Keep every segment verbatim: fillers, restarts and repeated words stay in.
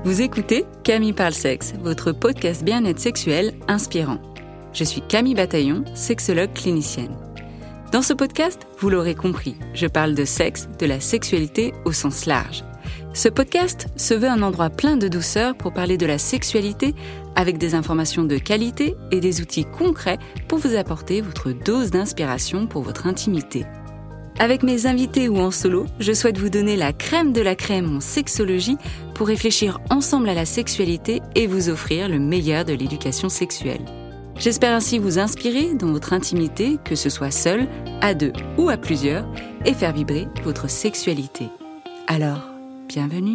Vous écoutez Camille Parle Sexe, votre podcast bien-être sexuel inspirant. Je suis Camille Bataillon, sexologue clinicienne. Dans ce podcast, vous l'aurez compris, je parle de sexe, de la sexualité au sens large. Ce podcast se veut un endroit plein de douceur pour parler de la sexualité avec des informations de qualité et des outils concrets pour vous apporter votre dose d'inspiration pour votre intimité. Avec mes invités ou en solo, je souhaite vous donner la crème de la crème en sexologie pour réfléchir ensemble à la sexualité et vous offrir le meilleur de l'éducation sexuelle. J'espère ainsi vous inspirer dans votre intimité, que ce soit seul, à deux ou à plusieurs, et faire vibrer votre sexualité. Alors, bienvenue.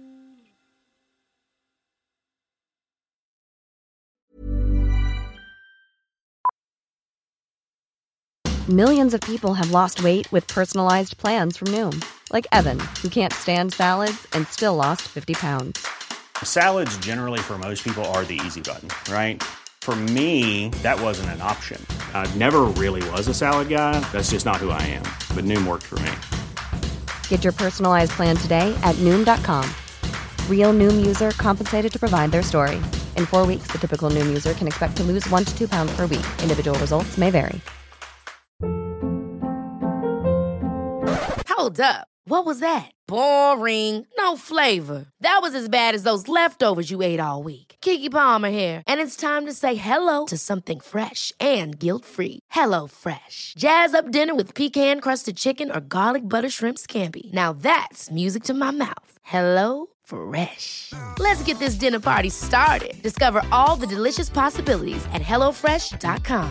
Millions of people have lost weight with personalized plans from Noom. Like Evan, who can't stand salads and still lost fifty pounds. Salads generally for most people are the easy button, right? For me, that wasn't an option. I never really was a salad guy. That's just not who I am. But Noom worked for me. Get your personalized plan today at Noom dot com. Real Noom user compensated to provide their story. In four weeks, the typical Noom user can expect to lose one to two pounds per week. Individual results may vary. Hold up. What was that? Boring. No flavor. That was as bad as those leftovers you ate all week. Keke Palmer here, and it's time to say hello to something fresh and guilt-free. Hello Fresh. Jazz up dinner with pecan-crusted chicken or garlic butter shrimp scampi. Now that's music to my mouth. Hello Fresh. Let's get this dinner party started. Discover all the delicious possibilities at hello fresh dot com.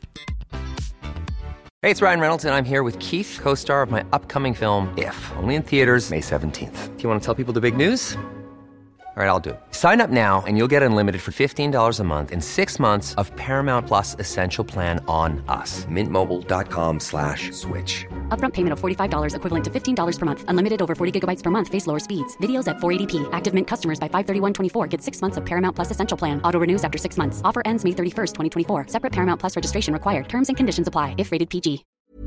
Hey, it's Ryan Reynolds, and I'm here with Keith, co-star of my upcoming film, If, only in theaters May seventeenth. Do you want to tell people the big news? All right, I'll do it. Sign up now and you'll get unlimited for fifteen dollars a month and six months of Paramount Plus Essential Plan on us. Mint Mobile dot com slash switch. Upfront payment of forty-five dollars equivalent to fifteen dollars per month. Unlimited over forty gigabytes per month. Face lower speeds. Videos at four eighty p. Active Mint customers by five thirty-one twenty-four get six months of Paramount Plus Essential Plan. Auto renews after six months. Offer ends May thirty-first, twenty twenty-four. Separate Paramount Plus registration required. Terms and conditions apply if rated P G.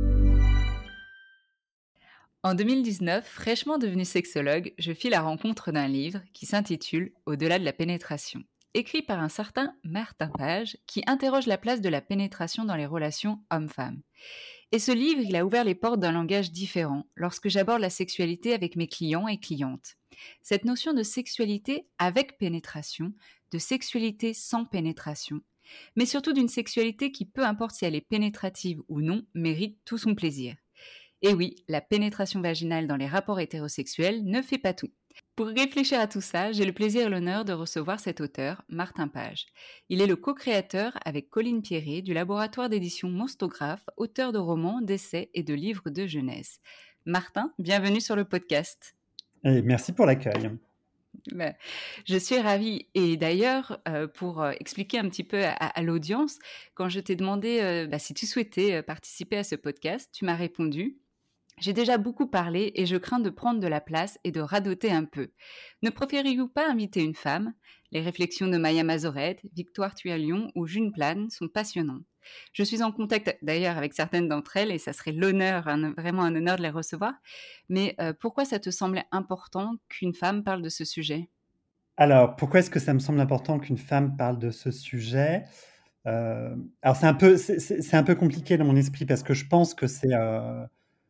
En deux mille dix-neuf, fraîchement devenue sexologue, je fis la rencontre d'un livre qui s'intitule « Au-delà de la pénétration », écrit par un certain Martin Page qui interroge la place de la pénétration dans les relations hommes-femmes. Et ce livre, il a ouvert les portes d'un langage différent lorsque j'aborde la sexualité avec mes clients et clientes. Cette notion de sexualité avec pénétration, de sexualité sans pénétration, mais surtout d'une sexualité qui, peu importe si elle est pénétrative ou non, mérite tout son plaisir. Et oui, la pénétration vaginale dans les rapports hétérosexuels ne fait pas tout. Pour réfléchir à tout ça, j'ai le plaisir et l'honneur de recevoir cet auteur, Martin Page. Il est le co-créateur avec Colline Pierret du laboratoire d'édition Monstographe, auteur de romans, d'essais et de livres de jeunesse. Martin, bienvenue sur le podcast. Et merci pour l'accueil. Ben, je suis ravie. Et d'ailleurs, euh, pour euh, expliquer un petit peu à, à l'audience, quand je t'ai demandé euh, bah, si tu souhaitais euh, participer à ce podcast, tu m'as répondu. J'ai déjà beaucoup parlé et je crains de prendre de la place et de radoter un peu. Ne préférez-vous pas inviter une femme ? Les réflexions de Maya Mazorette, Victoire Tualion ou June Plane sont passionnantes. Je suis en contact d'ailleurs avec certaines d'entre elles et ça serait l'honneur, un, vraiment un honneur de les recevoir. Mais euh, pourquoi ça te semblait important qu'une femme parle de ce sujet ? Alors, pourquoi est-ce que ça me semble important qu'une femme parle de ce sujet ? euh, Alors, c'est un peu, c'est, c'est, c'est un peu compliqué dans mon esprit parce que je pense que c'est... Euh,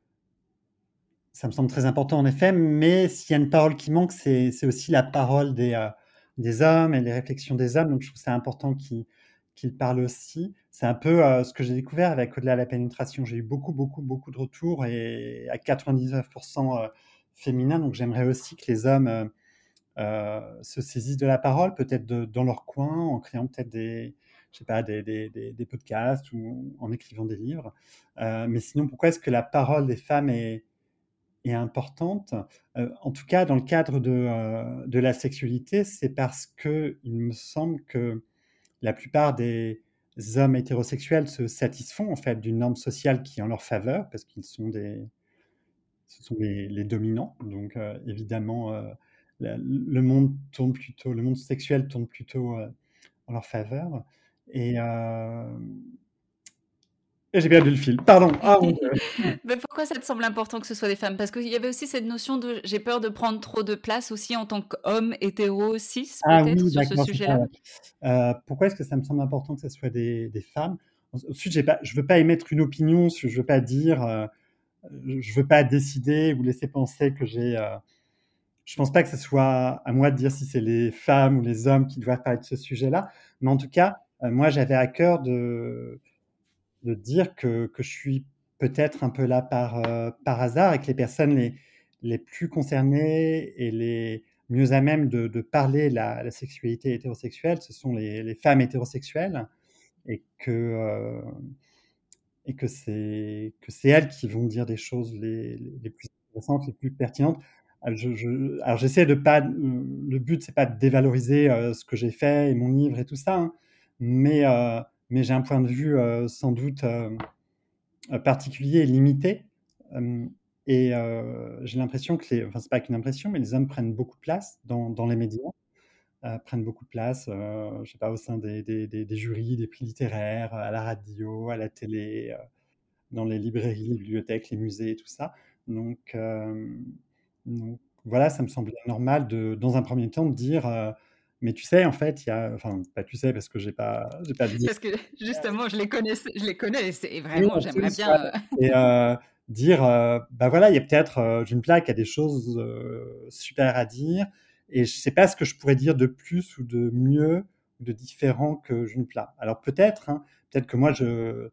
ça me semble très important en effet, mais s'il y a une parole qui manque, c'est, c'est aussi la parole des, euh, des hommes et les réflexions des hommes. Donc, je trouve que c'est important qu'ils, qu'ils parlent aussi. C'est un peu euh, ce que j'ai découvert avec Au-delà de la pénétration. J'ai eu beaucoup, beaucoup, beaucoup de retours et à quatre-vingt-dix-neuf pour cent euh, féminins. Donc, j'aimerais aussi que les hommes euh, euh, se saisissent de la parole, peut-être de, dans leur coin, en créant peut-être des, je sais pas, des, des, des, des podcasts ou en écrivant des livres. Euh, mais sinon, pourquoi est-ce que la parole des femmes est est importante, euh, en tout cas dans le cadre de, euh, de la sexualité, c'est parce que il me semble que la plupart des hommes hétérosexuels se satisfont en fait d'une norme sociale qui est en leur faveur, parce qu'ils sont des, ce sont les, les dominants. Donc euh, évidemment, euh, la- le monde tourne plutôt, le monde sexuel tourne plutôt euh, en leur faveur. Et, euh, Et j'ai perdu le fil. Pardon. Ah mon Dieu. Mais pourquoi ça te semble important que ce soit des femmes? Parce qu'il y avait aussi cette notion de j'ai peur de prendre trop de place aussi en tant qu'homme hétéro cis Ah peut-être oui, sur ce d'accord, c'est ça, sujet-là? ouais. Heu, pourquoi est-ce que ça me semble important que ça soit des des femmes? Ensu ensuite, j'ai pas je veux pas émettre une opinion, je je veux pas dire, heu, je veux pas décider ou laisser penser que j'ai, heu je pense pas que ce soit à moi de dire si c'est les femmes ou les hommes qui doivent parler de ce sujet-là. Mais en tout cas, heu, moi, j'avais à cœur de de dire que que je suis peut-être un peu là par, heu, par hasard et que les personnes les les plus concernées et les mieux à même de de parler la la sexualité hétérosexuelle, ce sont les les femmes hétérosexuelles et que, heu et que c'est que c'est elles qui vont dire des choses les les les plus intéressantes, les plus pertinentes. Heu, je je alors j'essaie de pas, heu, le but c'est pas de dévaloriser, heu, ce que j'ai fait et mon livre et tout ça, hein, mais heu, mais j'ai un point de vue, heu, sans doute, hem, heu, particulier et limité, hem et heu, j'ai l'impression que les enfin c'est pas qu'une impression, mais les hommes prennent beaucoup de place dans dans les médias, heu, prennent beaucoup de place, heu, je sais pas, au sein des des des des jurys, des prix littéraires, à la radio, à la télé, heu, dans les librairies, les bibliothèques, les musées et tout ça. Donc hem, donc voilà, ça me semblait normal de dans un premier temps de dire, heu: «Mais tu sais, en fait, il y a» enfin, pas tu sais parce que j'ai pas j'ai pas dit Parce que justement je les connaisse je les connais et c'est et oui, vraiment en j'aimerais plus, ouais bien, heu et heu, dire, heu: «Bah, voilà, il y a peut-être, heu, June Plaq a des choses, heu, super à dire et je sais pas ce que je pourrais dire de plus ou de mieux, de différent que June Plaq». Alors peut-être, hein, peut-être que moi je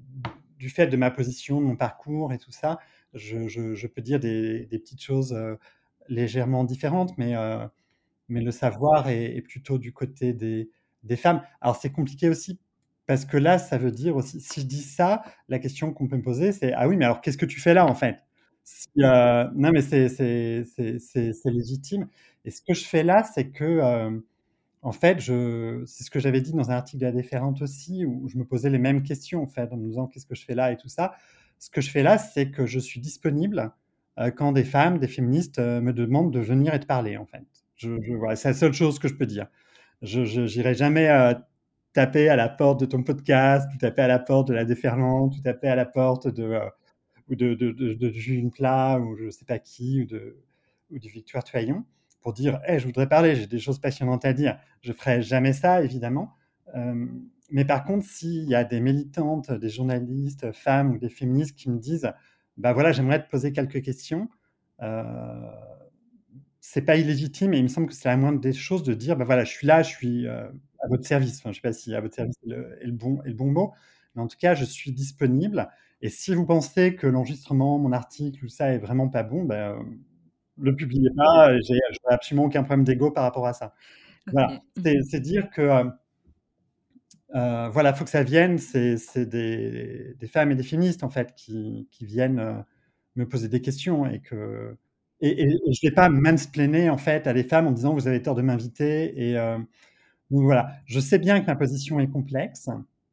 du fait de ma position, de mon parcours et tout ça, je je je peux dire des des petites choses, heu, légèrement différentes, mais heu, mais le savoir est est plutôt du côté des des femmes. Alors c'est compliqué aussi parce que là, ça veut dire aussi si je dis ça, la question qu'on peut me poser, c'est: «Ah oui, mais alors qu'est-ce que tu fais là, en fait?» si, heu non, mais c'est c'est c'est c'est c'est légitime et ce que je fais là, c'est que, hem, en fait, je c'est ce que j'avais dit dans un article de La Déferlante aussi, où je me posais les mêmes questions, en fait, en me disant: «Qu'est-ce que je fais là?» et tout ça. Ce que je fais là, c'est que je suis disponible, heu, quand des femmes, des féministes, heu, me demandent de venir et de parler, en fait. Je je voilà, c'est la seule chose que je peux dire. Je je j'irai jamais, heu, taper à la porte de ton podcast, ou taper à la porte de La Déferlante, ou taper à la porte de, heu, ou de de de de June Pla ou je sais pas qui, ou de ou de Victoire Tuaillon pour dire: «Hey, je voudrais parler, j'ai des choses passionnantes à dire». Je ferai jamais ça évidemment, hem, mais par contre, s'il y a des militantes, des journalistes, femmes ou des féministes qui me disent: «Bah, voilà, j'aimerais te poser quelques questions», heu, c'est pas illégitime et il me semble que c'est la moindre des choses de dire: «Bah, voilà, je suis là, je suis, heu, à votre service». Enfin, je sais pas si «à votre service» est le est le bon est le bon mot, mais en tout cas, je suis disponible et si vous pensez que l'enregistrement, mon article ou ça est vraiment pas bon, bah, hem, le publiez pas et j'ai j'aurais absolument aucun problème d'ego par rapport à ça. Voilà, OK. Mmh. c'est c'est dire que, hem, heu, voilà, faut que ça vienne, c'est c'est des des femmes et des féministes, en fait, qui qui viennent, heu, me poser des questions et que et et et je vais pas mansplainer, en fait, à des femmes en disant: «Vous avez tort de m'inviter» et heu, donc voilà. Je sais bien que ma position est complexe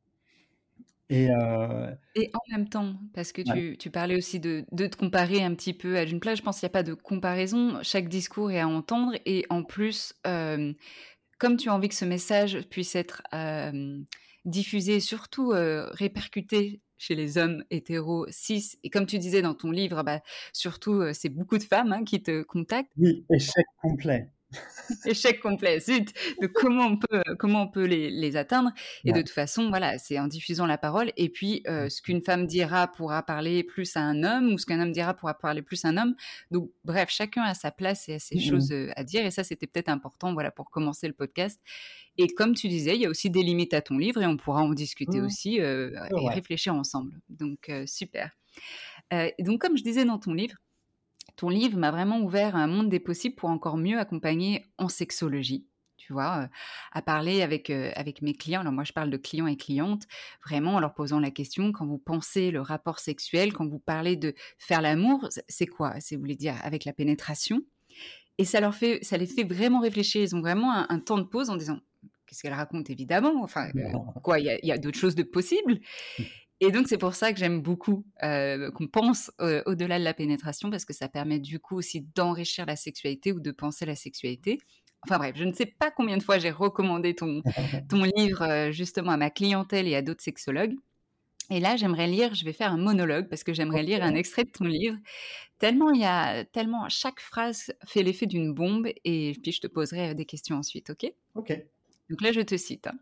et heu, Et en même temps, parce que ouais. tu tu parlais aussi de de te comparer un petit peu à June Plage, je pense qu'il y a pas de comparaison. Chaque discours est à entendre et en plus, hem, comme tu as envie que ce message puisse être, hem, diffusé, surtout, heu, répercuté chez les hommes hétéros cis et comme tu disais dans ton livre, bah, surtout, heu, c'est beaucoup de femmes, hein, qui te contactent. Oui, échec complet. Échec complet, zut! De comment on peut, heu, comment on peut les les atteindre et de Ouais. toute façon, voilà, c'est en diffusant la parole et puis, heu, ce qu'une femme dira pourra parler plus à un homme ou ce qu'un homme dira pourra parler plus à un homme. Donc bref, chacun a sa place et a ses Mmh choses, mh. heu, à dire et ça, c'était peut-être important, voilà, pour commencer le podcast et comme tu disais, il y a aussi des limites à ton livre et on pourra en discuter Mmh. aussi, heu C'est et vrai. réfléchir ensemble. Donc heu, super. Heu et donc comme je disais dans ton livre, ton livre m'a vraiment ouvert à un monde des possibles pour encore mieux accompagner en sexologie, tu vois? Heu, à parler avec, heu, avec mes clients. Alors moi, je parle de clients et clientes, vraiment en leur posant la question: «Quand vous pensez le rapport sexuel, quand vous parlez de faire l'amour, c'est c'est quoi?» C'est vous voulez dire avec la pénétration? Et ça leur fait ça les fait vraiment réfléchir. Ils ont vraiment un un temps de pause en disant: «Qu'est-ce qu'elle raconte?» évidemment, enfin, heu, quoi, il y a il y a d'autres choses de possibles et donc c'est pour ça que j'aime beaucoup, heu, qu'on pense, heu, au-delà de la pénétration parce que ça permet du coup aussi d'enrichir la sexualité ou de penser la sexualité. Enfin bref, je ne sais pas combien de fois j'ai recommandé ton ton livre, heu, justement à ma clientèle et à d'autres sexologues Et là, j'aimerais lire je vais faire un monologue parce que j'aimerais lire un OK. extrait de ton livre. Tellement il y a tellement chaque phrase fait l'effet d'une bombe et puis je te poserai, heu, des questions ensuite, OK? OK. Donc là, je te cite, hein.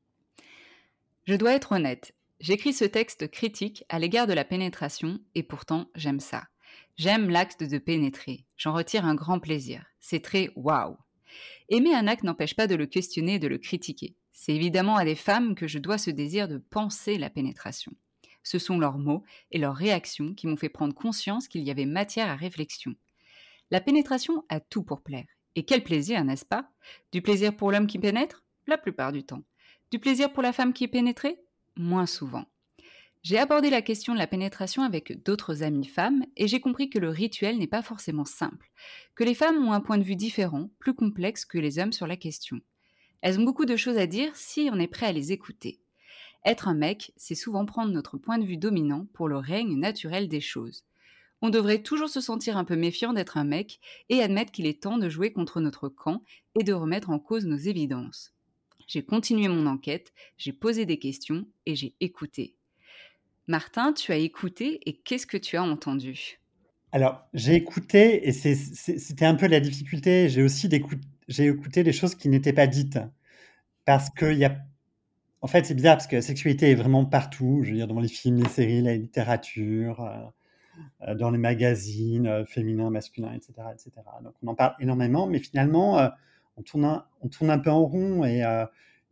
Je dois être honnête. J'écris ce texte critique à l'égard de la pénétration et pourtant j'aime ça. J'aime l'acte de pénétrer. J'en retire un grand plaisir. C'est très waouh. Aimer un acte n'empêche pas de le questionner et de le critiquer. C'est évidemment à des femmes que je dois ce désir de penser la pénétration. Ce sont leurs mots et leurs réactions qui m'ont fait prendre conscience qu'il y avait matière à réflexion. La pénétration a tout pour plaire. Et quel plaisir, n'est-ce pas? Du plaisir pour l'homme qui pénètre? La plupart du temps. Du plaisir pour la femme qui est pénétrée? Moins souvent. J'ai abordé la question de la pénétration avec d'autres amies femmes et j'ai compris que le rituel n'est pas forcément simple, que les femmes ont un point de vue différent, plus complexe que les hommes sur la question. Elles ont beaucoup de choses à dire si on est prêt à les écouter. Être un mec, c'est souvent prendre notre point de vue dominant pour le règne naturel des choses. On devrait toujours se sentir un peu méfiant d'être un mec et admettre qu'il est temps de jouer contre notre camp et de remettre en cause nos évidences. J'ai continué mon enquête, j'ai posé des questions et j'ai écouté. Martin, tu as écouté et qu'est-ce que tu as entendu? Alors, j'ai écouté et c'est c'est c'était un peu la difficulté. J'ai aussi d'écout j'ai écouté des choses qui n'étaient pas dites. Parce qu'il y a en fait, c'est bizarre parce que la sexualité est vraiment partout. Je veux dire, dans les films, les séries, la littérature, heu heu, dans les magazines, heu, féminins, masculins, et cetera, et cetera. Donc on en parle énormément, mais finalement, heu, on tourne un on tourne un peu en rond et heu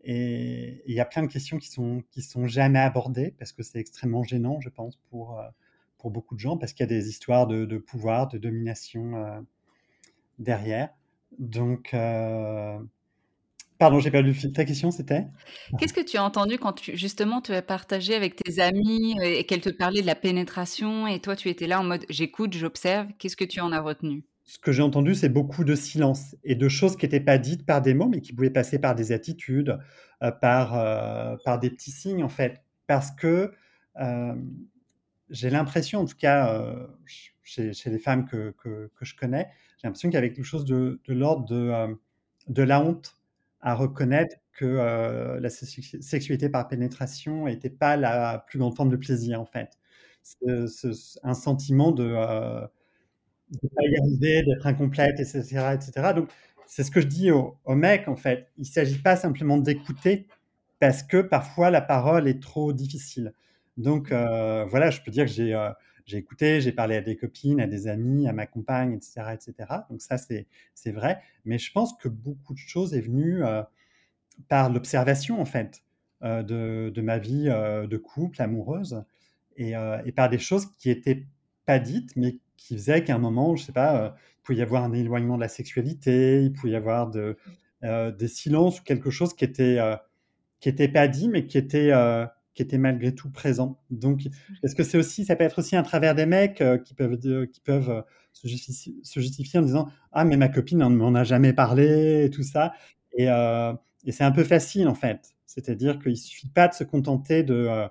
et il y a plein de questions qui sont qui sont jamais abordées parce que c'est extrêmement gênant, je pense, pour, heu, pour beaucoup de gens parce qu'il y a des histoires de de pouvoir, de domination, heu, derrière. Donc heu pardon, j'ai perdu le fil. Ta question, c'était? Qu'est-ce que tu as entendu quand tu justement tu as partagé avec tes amies, heu, et qu'elles te parlaient de la pénétration et toi tu étais là en mode: «J'écoute, j'observe». Qu'est-ce que tu en as retenu? Ce que j'ai entendu, c'est beaucoup de silence et de choses qui étaient pas dites par des mots, mais qui pouvaient passer par des attitudes, heu, par, heu, par des petits signes, en fait. Parce que, hem, j'ai l'impression, en tout cas, heu, ch chez chez les femmes que que que je connais, j'ai l'impression qu'il y avait quelque chose de de l'ordre de, hem, de la honte à reconnaître que, heu, la sexu sexualité par pénétration était pas la plus grande forme de plaisir, en fait. Ce ce c un sentiment de, heu de pas y arriver, d'être incomplète et cetera et cetera. Donc c'est ce que je dis aux aux mecs, en fait. Il s'agit pas simplement d'écouter parce que parfois la parole est trop difficile. Donc heu, voilà, je peux dire que j'ai, heu, j'ai écouté, j'ai parlé à des copines, à des amis, à ma compagne et cetera et cetera. Donc ça, c'est c'est vrai. Mais je pense que beaucoup de choses est venue, heu, par l'observation, en fait, heu, de de ma vie, heu, de couple, amoureuse et heu et par des choses qui étaient pas dites, mais qui faisaient qu'à un moment, je sais pas, heu, il pouvait y avoir un éloignement de la sexualité, il pouvait y avoir de, heu, des silences ou quelque chose qui était, heu, qui était pas dit, mais qui était, heu, qui était malgré tout présent. Donc est-ce que c'est aussi ça peut être aussi un travers des mecs, heu, qui peuvent de qui peuvent, heu, se justici se justifier en disant: «Ah mais ma copine, elle m'en a jamais parlé» et tout ça et heu et c'est un peu facile, en fait. C'est-à-dire qu'il suffit pas de se contenter de, heu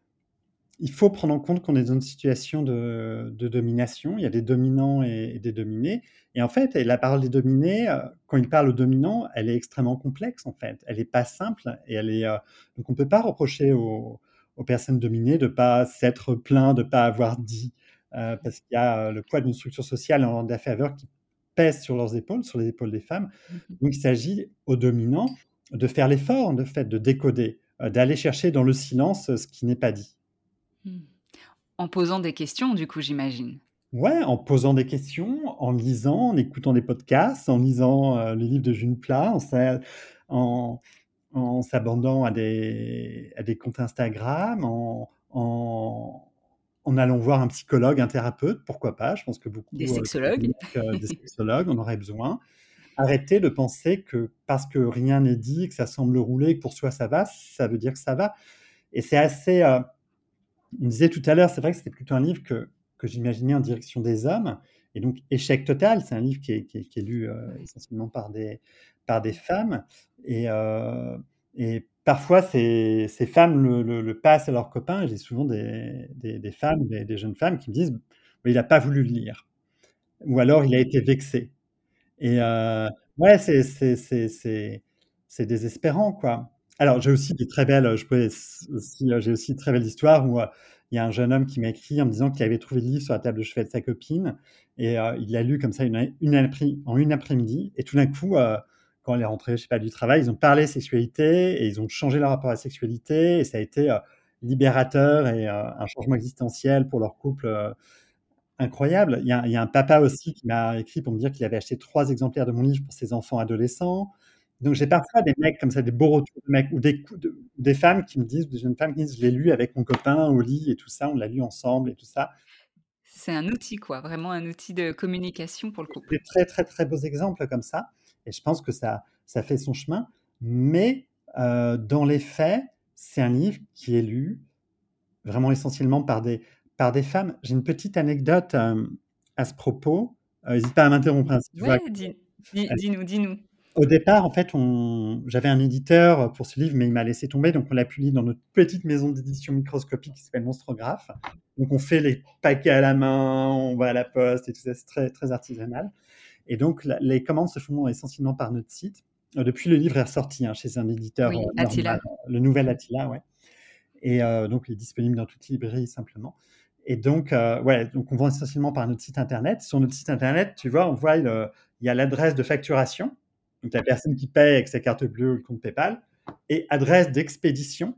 il faut prendre en compte qu'on est dans une situation de de domination. Il y a des dominants et et des dominés et en fait et la parole des dominés, heu, quand ils parlent aux dominants, elle est extrêmement complexe, en fait. Elle est pas simple et elle est, heu donc on peut pas reprocher aux aux personnes dominées de pas s'être plaints, de pas avoir dit, heu, parce qu'il y a, heu, le poids d'une structure sociale en défaveur qui pèse sur leurs épaules, sur les épaules des femmes. Mmh mh. Donc il s'agit aux dominants de faire l'effort, de fait, de décoder, heu, d'aller chercher dans le silence, heu, ce qui n'est pas dit. Mmh. En posant des questions du coup, j'imagine? Ouais, en posant des questions, en lisant, en écoutant des podcasts, en lisant, heu, les livres de June Pla, en s'a en en s'abonnant à des à des comptes Instagram, en en en allant voir un psychologue, un thérapeute, pourquoi pas? Je pense que Des beaucoup, heu, sexologues? des sexologues, on aurait besoin. Arrêter de penser que parce que rien n'est dit, que ça semble rouler, que pour soi ça va, ça veut dire que ça va et c'est assez, heu on disait tout à l'heure, c'est vrai que c'était plutôt un livre que que j'imaginais en direction des hommes et donc Échec total, c'est un livre qui est qui est qui est lu, heu, Ouais. essentiellement par des par des femmes et heu et parfois ces ces femmes le le le passent à leurs copains et j'ai souvent des des des femmes, des des jeunes femmes qui me disent: «Mais il a pas voulu le lire» ou alors il a été vexé et heu, ouais, c'est c'est c'est c'est c'est désespérant, quoi Alors, j'ai aussi des très belles, je pourrais s aussi, heu, j'ai aussi de très belles histoires où, heu, il y a un jeune homme qui m'a écrit en me disant qu'il avait trouvé le livre sur la table de chevet de sa copine et heu, il l'a lu comme ça une a une apré en une après-midi et tout d'un coup, heu, quand elle est rentrée, je sais pas, du travail, ils ont parlé sexualité et ils ont changé leur rapport à la sexualité et ça a été, heu, libérateur et heu, un changement existentiel pour leur couple, heu, incroyable. Il y a il y a un papa aussi qui m'a écrit pour me dire qu'il avait acheté trois exemplaires de mon livre pour ses enfants adolescents. Donc j'ai parfois des mecs comme ça, des beaux retours de mecs ou des cou de des femmes qui me disent, des jeunes femmes qui disent: «Je l'ai lu avec mon copain au lit et tout ça, on l'a lu ensemble et tout ça». C'est un outil quoi, vraiment un outil de communication pour le Des couple. très, très, très beaux exemples comme ça et je pense que ça ça fait son chemin, mais heu, dans les faits, c'est un livre qui est lu vraiment essentiellement par des par des femmes. J'ai une petite anecdote, hem, à ce propos, heu, hésite pas à m'interrompre, hein, si tu veux Ouais, raconter. dis dis dis-nous, dis-nous. Au départ, en fait, on j'avais un éditeur pour ce livre, mais il m'a laissé tomber, donc on l'a publié dans notre petite maison d'édition microscopique qui s'appelle Monstrographe. Donc on fait les paquets à la main, on va à la poste et tout ça, c'est très, très artisanal et donc la les commandes se font essentiellement par notre site. Heu, depuis le livre est ressorti, hein, chez un éditeur, heu, Oui, normal, Attila. le nouvel Mmh. Attila, ouais et heu, donc il est disponible dans toute librairie simplement et donc heu, ouais, donc on vend essentiellement par notre site internet. Sur notre site internet, tu vois, on voit le il y a l'adresse de facturation, donc la personne qui paie avec sa carte bleue ou le compte PayPal et adresse d'expédition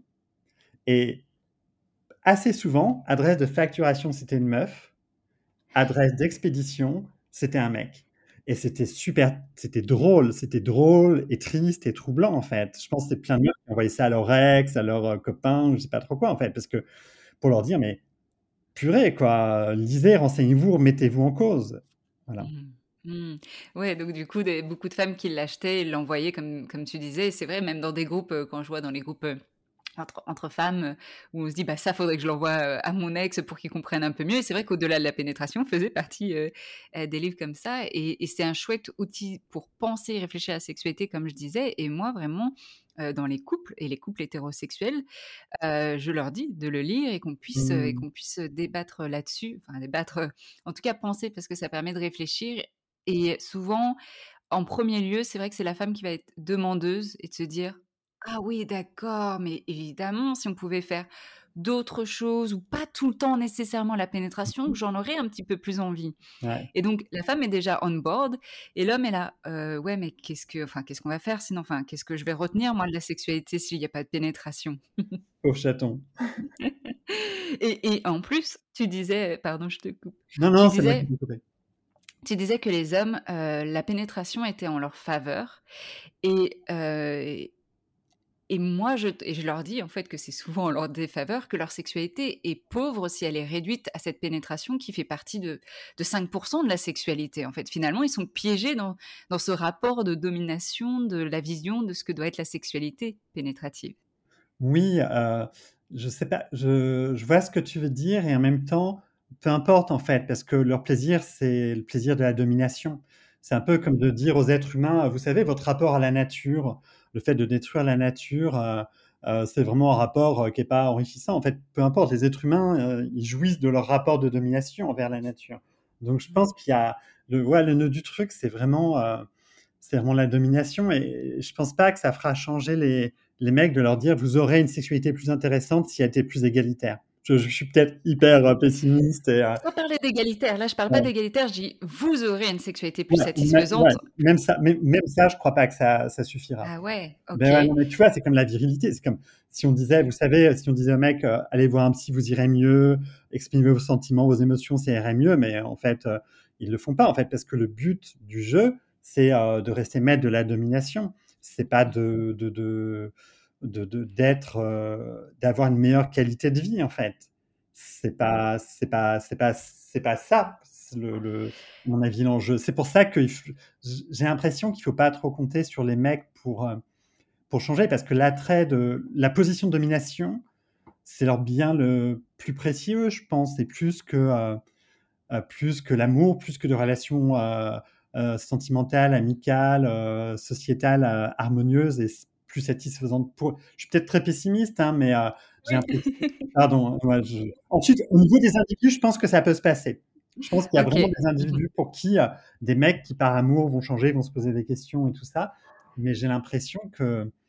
et assez souvent, adresse de facturation, c'était une meuf, adresse d'expédition, c'était un mec et c'était super c'était drôle, c'était drôle et triste et troublant, en fait. Je pense que c'est plein de meufs qui envoyaient ça à leur ex, à leurs, heu, copains ou je sais pas trop quoi, en fait, parce que pour leur dire: «Mais purée, quoi, lisez, renseignez-vous, remettez-vous en cause». Voilà. Mmh. Mmh. Ouais, donc du coup, des beaucoup de femmes qui l'achetaient et l'envoyaient comme comme tu disais. C'est vrai, même dans des groupes, heu, quand je vois dans les groupes, heu, entre entre femmes, heu, où on se dit: «Bah, ça, faudrait que je l'envoie, heu, à mon ex pour qu'il comprenne un peu mieux» et c'est vrai qu'au-delà de la pénétration faisait partie, heu heu, des livres comme ça et et c'est un chouette outil pour penser et réfléchir à la sexualité, comme je disais et moi, vraiment, heu, dans les couples et les couples hétérosexuels, heu, je leur dis de le lire et qu'on puisse, heu et Mmh. qu'on puisse, débattre là-dessus. Enfin débattre, heu, en tout cas penser parce que ça permet de réfléchir et souvent, en premier lieu, c'est vrai que c'est la femme qui va être demandeuse et de se dire: «Ah oui, d'accord, mais évidemment, si on pouvait faire d'autres choses ou pas tout le temps nécessairement la pénétration, que j'en aurais un petit peu plus envie» Ouais. et donc la femme est déjà on board et l'homme est là: «Heu, ouais, mais qu'est-ce que enfin, qu'est-ce qu'on va faire sinon? Enfin, qu'est-ce que je vais retenir moi de la sexualité s'il y a pas de pénétration?» Pauvre chaton. et et en plus, tu disais pardon, je te coupe. Non, Tu non, c'est moi qui disais t'ai coupé. tu disais que les hommes, heu, la pénétration était en leur faveur et heu et moi je et je leur dis en fait que c'est souvent en leur défaveur, que leur sexualité est pauvre si elle est réduite à cette pénétration qui fait partie de de cinq de la sexualité en fait. Finalement, ils sont piégés dans dans ce rapport de domination de la vision de ce que doit être la sexualité pénétrative. Oui, heu, je sais pas, je je vois ce que tu veux dire et en même temps, peu importe en fait, parce que leur plaisir, c'est le plaisir de la domination. C'est un peu comme de dire aux êtres humains: «Vous savez, votre rapport à la nature, le fait de détruire la nature, heu heu, c'est vraiment un rapport, heu, qui est pas enrichissant». En fait, peu importe, les êtres humains, heu, ils jouissent de leur rapport de domination envers la nature. Donc je pense qu'il y a le ouais, le nœud du truc, c'est vraiment, heu, c'est vraiment la domination et je pense pas que ça fera changer les les mecs de leur dire: «Vous aurez une sexualité plus intéressante si elle était plus égalitaire». Je je suis peut-être hyper, heu, pessimiste et heu, Sans parler d'égalitaire, là je parle pas ouais, d'égalitaire, je dis: «Vous aurez une sexualité plus ouais, mê ouais, satisfaisante». même ça même même ça, je crois pas que ça ça suffira. Ah ouais, Ben OK. ouais, non, mais tu vois, c'est comme la virilité. C'est comme si on disait, vous savez, si on disait au mec, heu: «Allez voir un psy, vous irez mieux, exprimez vos sentiments, vos émotions, ça irait mieux», mais en fait, heu, ils le font pas, en fait, parce que le but du jeu, c'est, heu, de rester maître de la domination. C'est pas de de de de de d'être, heu, d'avoir une meilleure qualité de vie, en fait. C'est pas c'est pas c'est pas c'est pas ça, c'est le le à mon avis, l'enjeu. C'est pour ça que il f j j'ai l'impression qu'il faut pas trop compter sur les mecs pour, heu pour changer, parce que l'attrait de la position de domination, c'est leur bien le plus précieux, je pense, et plus que, heu heu, plus que l'amour, plus que de relations, heu heu, sentimentales, amicales, heu, sociétales, heu, harmonieuses et s plus satisfaisantes pour je suis peut-être très pessimiste, hein, mais heu, j'ai l'impression pardon, ouais, je ensuite, au niveau des individus, je pense que ça peut se passer. Je pense qu'il y a vraiment OK. des Mmh. individus pour qui, heu, des mecs qui par amour vont changer, vont se poser des questions et tout ça, mais j'ai l'impression que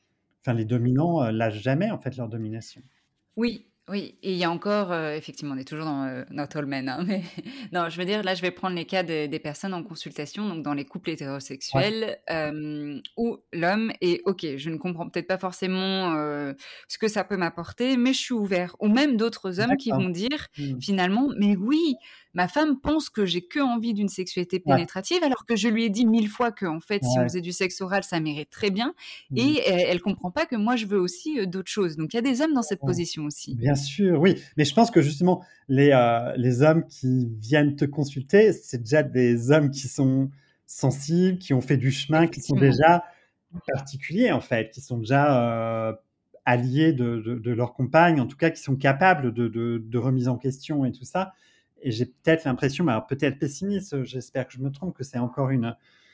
enfin, les dominants euh, lâchent jamais en fait leur domination. Oui, oui et il y a encore, heu, effectivement, on est toujours dans, heu, not all men, hein, mais non, je veux dire, là, je vais prendre les cas des des personnes en consultation, donc dans les couples Ouais, hétérosexuels, hem, où l'homme est: «OK, je ne comprends peut-être pas forcément, heu, ce que ça peut m'apporter, mais je suis ouvert». Ou même d'autres hommes qui d'accord. vont dire, Mmh. finalement: «Mais oui, ma femme pense que j'ai que envie d'une sexualité Ouais, pénétrative, alors que je lui ai dit mille fois qu'en fait, si on ouais. faisait du sexe oral, ça m'irait très bien Mmh. et elle elle comprend pas que moi, je veux aussi, heu, d'autres choses». Donc il y a des hommes dans cette Ouais. position aussi. Bien sûr, oui. Mais je pense que justement, les, heu, les hommes qui viennent te consulter, c'est déjà des hommes qui sont sensibles, qui ont fait du chemin, qui sont Effectivement. déjà particuliers, en fait, qui sont déjà, heu, alliés de de de leur compagne, en tout cas qui sont capables de de de remise en question et tout ça. Et j'ai peut-être l'impression, mais alors peut-être pessimiste, j'espère que je me trompe, que c'est encore une,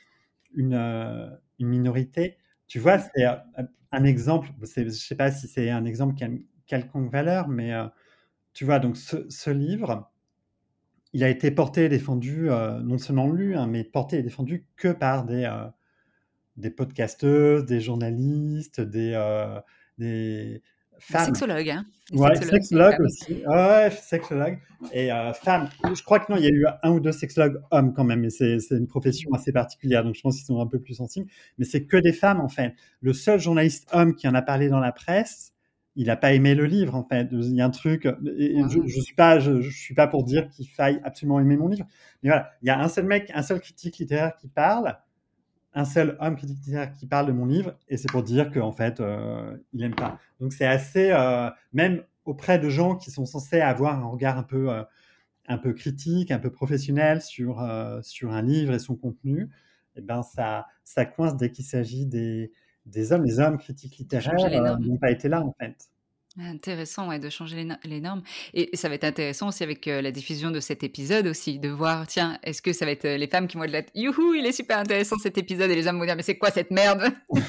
une, heu, une minorité. Tu vois, Mmh. c'est, heu, un exemple, c'est je sais pas si c'est un exemple qui a une quelconque valeur, mais, heu, tu vois, donc ce ce livre, il a été porté et défendu, heu, non seulement lu, hein, mais porté et défendu que par des, heu, des podcasteuses, des journalistes, des, heu, des Des femmes. sexologues, hein. Les Ouais, sexologues, c'est les sexologue femmes. aussi. Ouais, ouais, sexologue et heu, femme. Je crois que non, il y a eu un ou deux sexologues hommes quand même, mais c'est c'est une profession assez particulière, donc je pense qu'ils sont un peu plus sensibles. Mais c'est que des femmes, en fait. Le seul journaliste homme qui en a parlé dans la presse, il a pas aimé le livre, en fait. Il y a un truc, et et je Waouh! je suis pas je je suis pas pour dire qu'il faille absolument aimer mon livre. Mais voilà, il y a un seul mec, un seul critique littéraire qui parle, un seul homme critique littéraire qui parle de mon livre, et c'est pour dire qu'en fait, heu, il aime pas. Donc c'est assez, heu, même auprès de gens qui sont censés avoir un regard un peu, heu, un peu critique, un peu professionnel sur, heu, sur un livre et son contenu, et ben ça ça coince dès qu'il s'agit des des hommes. Les hommes critiques De changer littéraires, les heu, normes. n'ont pas été là, en fait. Ah, intéressant, ouais, de changer les no les normes et ça va être intéressant aussi avec, heu, la diffusion de cet épisode aussi, de voir, tiens, est-ce que ça va être, heu, les femmes qui vont être là: «Youhou, il est super intéressant cet épisode» et les hommes vont dire: «Mais c'est quoi cette merde?»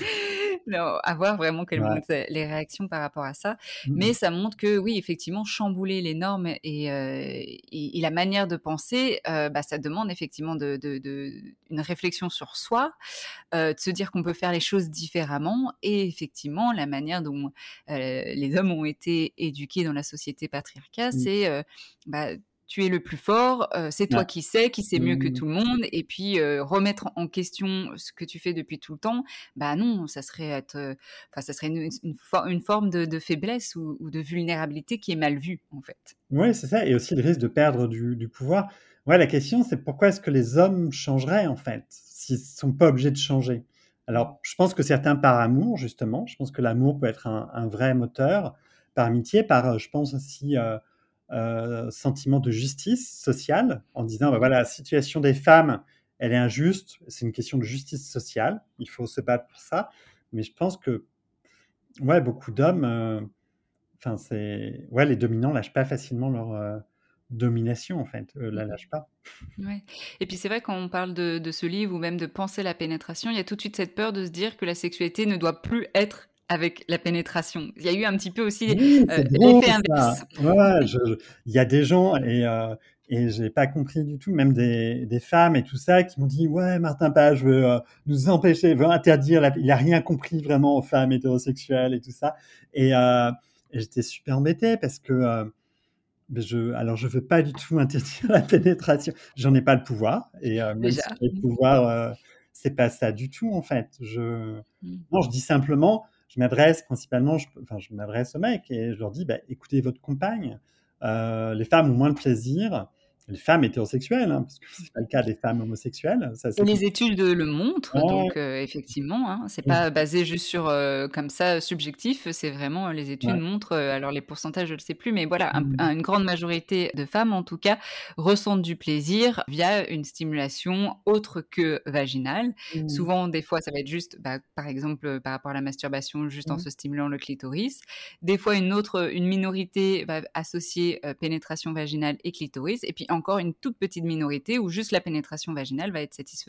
Non, à voir vraiment quelles vont Ouais. être euh, les réactions par rapport à ça. Mmh Mais mh. ça montre que oui, effectivement, chambouler les normes et heu et et la manière de penser, heu, bah, ça demande effectivement de de de une réflexion sur soi, heu, de se dire qu'on peut faire les choses différemment et effectivement la manière dont, heu, les hommes ont été éduqués dans la société patriarcat, Mmh. c'est, heu, bah, tu es le plus fort, heu, c'est Ouais. toi qui sais, qui sais mieux que Mmh. tout le monde et puis, heu, remettre en question ce que tu fais depuis tout le temps, bah, non, ça serait être, heu, enfin ça serait une une for une forme de de faiblesse ou ou de vulnérabilité qui est mal vue, en fait. Ouais, c'est ça, et aussi le risque de perdre du du pouvoir. Ouais, la question, c'est pourquoi est-ce que les hommes changeraient, en fait, s'ils sont pas obligés de changer? Alors, je pense que certains par amour, justement, je pense que l'amour peut être un un vrai moteur, par amitié, par, heu, je pense aussi, heu heu, sentiment de justice sociale, en disant: «Bah, Mmh. voilà, la situation des femmes, elle est injuste, c'est une question de justice sociale, il faut se battre pour ça». Mais je pense que, ouais, beaucoup d'hommes, heu enfin, c'est ouais, les dominants lâchent pas facilement leur, heu, domination, en fait, eux la Mmh. lâchent pas. Ouais et puis c'est vrai quand on parle de de ce livre ou même de penser la pénétration, il y a tout de suite cette peur de se dire que la sexualité ne doit plus être avec la pénétration. Il y a eu un petit peu aussi, Oui, heu, c'est drôle l'effet ça! inverse. Ouais, je je il y a des gens, et heu et j'ai pas compris du tout, même des des femmes et tout ça, qui m'ont dit: «Ouais, Martin Page veut, heu, nous empêcher, veut interdire la», il a rien compris vraiment aux femmes hétérosexuelles et tout ça, et heu et j'étais super embêté parce que, heu, beh, je alors je veux pas du tout interdire la pénétration. J'en ai pas le pouvoir, et heu, même si Déjà. j'avais le Mmh. pouvoir, heu, c'est pas ça du tout, en fait. Je Mmh. Non, je dis simplement, je m'adresse principalement, je enfin, je m'adresse aux mecs et je leur dis: «Bah, écoutez votre compagne, heu, les femmes ont moins de plaisir». Les femmes hétérosexuelles, hein, parce que c'est pas le cas des femmes homosexuelles, ça Et c'est les études, heu, le montrent ouais, donc heu, effectivement, hein, c'est et je pas basé juste sur, heu, comme ça, subjectif, c'est vraiment, heu, les études ouais. montrent, heu, alors les pourcentages, je le sais plus, mais voilà, un Mmh. un une grande majorité de femmes, en tout cas, ressentent du plaisir via une stimulation autre que vaginale. Mmh. Souvent, des fois, ça va être juste, bah, par exemple, heu, par rapport à la masturbation, juste en Mmh. se stimulant le clitoris. Des fois, une autre, une minorité va associer, heu, pénétration vaginale et clitoris et puis encore une toute petite minorité où juste la pénétration vaginale va être satisfaisante.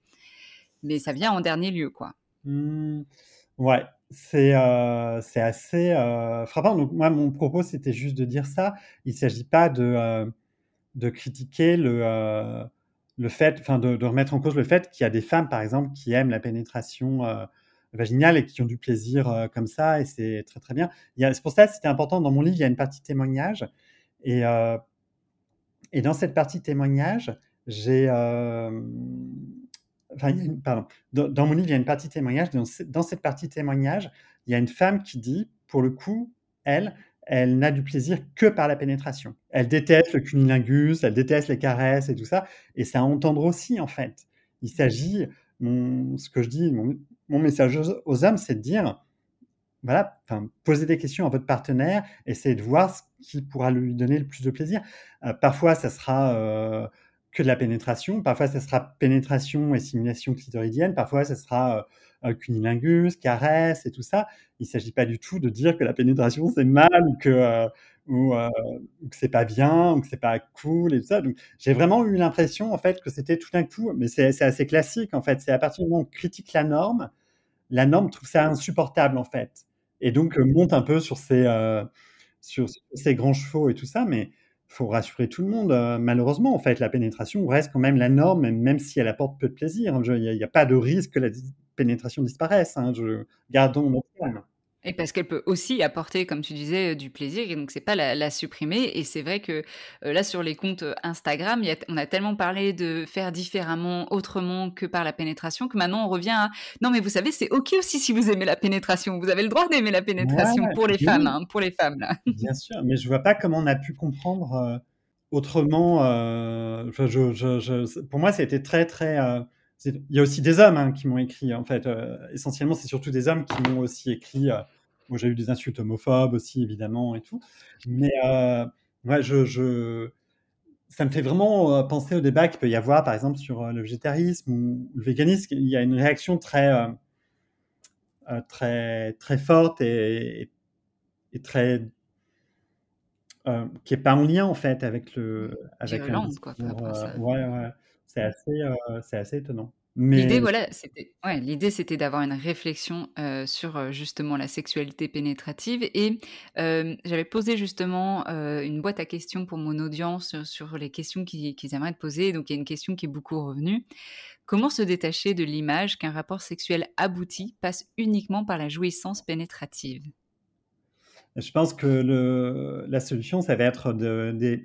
Mais ça vient en dernier lieu, quoi. Mmh. Ouais, c'est, heu, c'est assez, heu, frappant. Donc moi, mon propos, c'était juste de dire ça. Il s'agit pas de, heu, de critiquer le, heu, le fait, enfin de de remettre en cause le fait qu'il y a des femmes, par exemple, qui aiment la pénétration, heu vaginale et qui ont du plaisir euh, comme ça, et c'est très très bien. Il y a, c'est pour ça que c'était important. Dans mon livre, il y a une partie témoignage, et, euh, et dans cette partie témoignage, j'ai... euh, enfin, il y a une- pardon. Dans, dans mon livre, il y a une partie témoignage. Dans, ce- dans cette partie témoignage, il y a une femme qui dit, pour le coup, elle, elle n'a du plaisir que par la pénétration. Elle déteste le cunnilingus, elle déteste les caresses et tout ça. Et c'est à entendre aussi, en fait. Il s'agit, mon, ce que je dis, mon, mon message aux, aux hommes, c'est de dire, voilà, enfin, posez des questions à votre partenaire, essayez de voir ce qui pourra lui donner le plus de plaisir. Euh, parfois, ça sera euh, que de la pénétration, parfois, ça sera pénétration et stimulation clitoridienne, parfois, ça sera euh, euh, cunnilingus, caresse et tout ça. Il ne s'agit pas du tout de dire que la pénétration, c'est mal ou que, euh, ou, euh, ou que c'est pas bien ou que c'est pas cool et tout ça. Donc, j'ai vraiment eu l'impression, en fait, que c'était tout d'un coup, mais c'est c'est assez classique, en fait, c'est à partir du moment où on critique la norme, la norme trouve ça insupportable, en fait. Et donc, euh, monte un peu sur ses, euh, sur, sur ses grands chevaux et tout ça, mais il faut rassurer tout le monde. euh, malheureusement, en fait, la pénétration reste quand même la norme, même, même si elle apporte peu de plaisir. hein. Je- Il n'y a, il y a pas de risque que la dis- pénétration disparaisse. hein. Je, gardons notre calme. Et parce qu'elle peut aussi apporter, comme tu disais, heu, du plaisir et donc c'est pas la la supprimer et c'est vrai que, heu, là sur les comptes, heu, Instagram, il y a on a tellement parlé de faire différemment, autrement que par la pénétration que maintenant on revient à: «Non mais vous savez, c'est OK aussi si vous aimez la pénétration. Vous avez le droit d'aimer la pénétration» Ouais, pour les mais femmes, oui, hein, pour les femmes là. bien sûr, mais je vois pas comment on a pu comprendre euh, autrement. euh, enfin, je, je- je- pour moi, ça a été très, très. euh, c'est- il y a aussi des hommes hein, qui m'ont écrit. En fait, euh, essentiellement, c'est surtout des hommes qui m'ont aussi écrit. euh, moi, j'ai eu des insultes homophobes aussi, évidemment, et tout. Mais euh, ouais, je, je- ça me fait vraiment euh, penser au débat qu'il peut y avoir, par exemple, sur euh, le végétarisme ou le véganisme. Il y a une réaction très, euh, euh, très, très forte et, et- et très euh, qui est pas en lien en fait avec le avec un Virulente quoi par discours. rapport à euh, ça. ouais, ouais. C'est assez, euh, c'est assez étonnant. L'idée, Mais voilà, c'était ouais, l'idée, c'était d'avoir une réflexion, heu, sur, heu, justement la sexualité pénétrative et hem, j'avais posé justement, heu, une boîte à questions pour mon audience, heu, sur les questions qu'ils qu'ils aimeraient te poser. Donc il y a une question qui est beaucoup revenue. Comment se détacher de l'image qu'un rapport sexuel abouti passe uniquement par la jouissance pénétrative? je pense que le, la solution, ça va être de, des,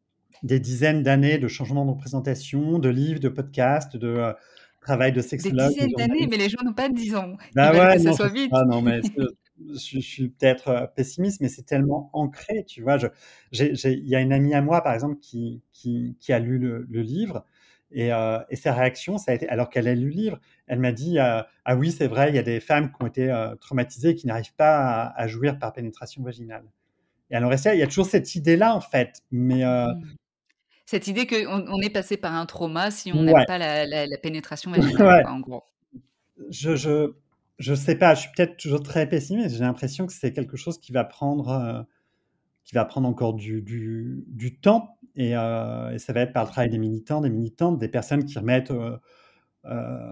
des dizaines d'années de changements de représentation, de livres, de podcasts, de euh, travail de Des sexologue, de dizaines d'années, journaliste. mais les gens n'ont pas dix ans. Ils Bah veulent ouais, que ça non, je soit sais vite. pas, non, mais c'est- je, je suis peut-être euh, pessimiste, mais c'est tellement ancré, tu vois. Je, j'ai, j'ai- il y a une amie à moi, par exemple, qui, qui, qui a lu le, le livre, et, euh, et sa réaction, ça a été, alors qu'elle a lu le livre, elle m'a dit, euh, ah oui, c'est vrai, il y a des femmes qui ont été euh, traumatisées et qui n'arrivent pas à, à jouir par pénétration vaginale. Et alors, il y a toujours cette idée-là, en fait, mais euh, Mmh. Cette idée qu'on on est passé par un trauma si on n'aime ouais, pas la la la pénétration vaginale ouais. quoi, en gros. Je, je, je sais pas, je suis peut-être toujours très pessimiste, j'ai l'impression que c'est quelque chose qui va prendre. euh, qui va prendre encore du, du, du temps. Et, euh, et ça va être par le travail des militants, des militantes, des personnes qui remettent. euh, euh,